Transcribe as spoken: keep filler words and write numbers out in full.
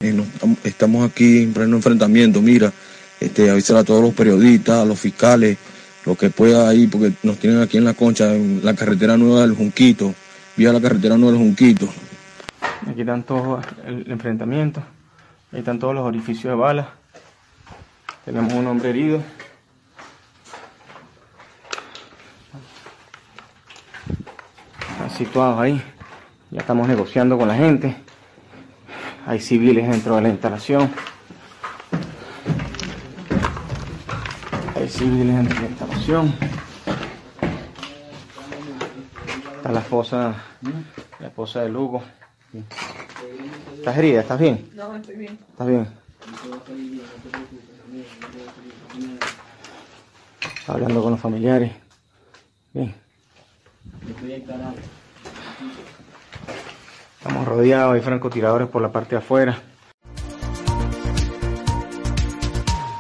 Eh, no, estamos aquí en pleno enfrentamiento, mira, este, avisar a todos los periodistas, a los fiscales, lo que pueda ahí, porque nos tienen aquí en la concha, en la carretera nueva del Junquito, vía la carretera nueva del Junquito. Aquí están todos el enfrentamiento, ahí están todos los orificios de balas, tenemos un hombre herido. Están situados ahí, ya estamos negociando con la gente, hay civiles dentro de la instalación. Hay civiles en la instalación. Está la esposa, la esposa de Lugo. ¿Estás herida? ¿Estás bien? No, estoy bien. ¿Estás bien? Está hablando con los familiares. Bien. Estamos rodeados, hay francotiradores por la parte de afuera.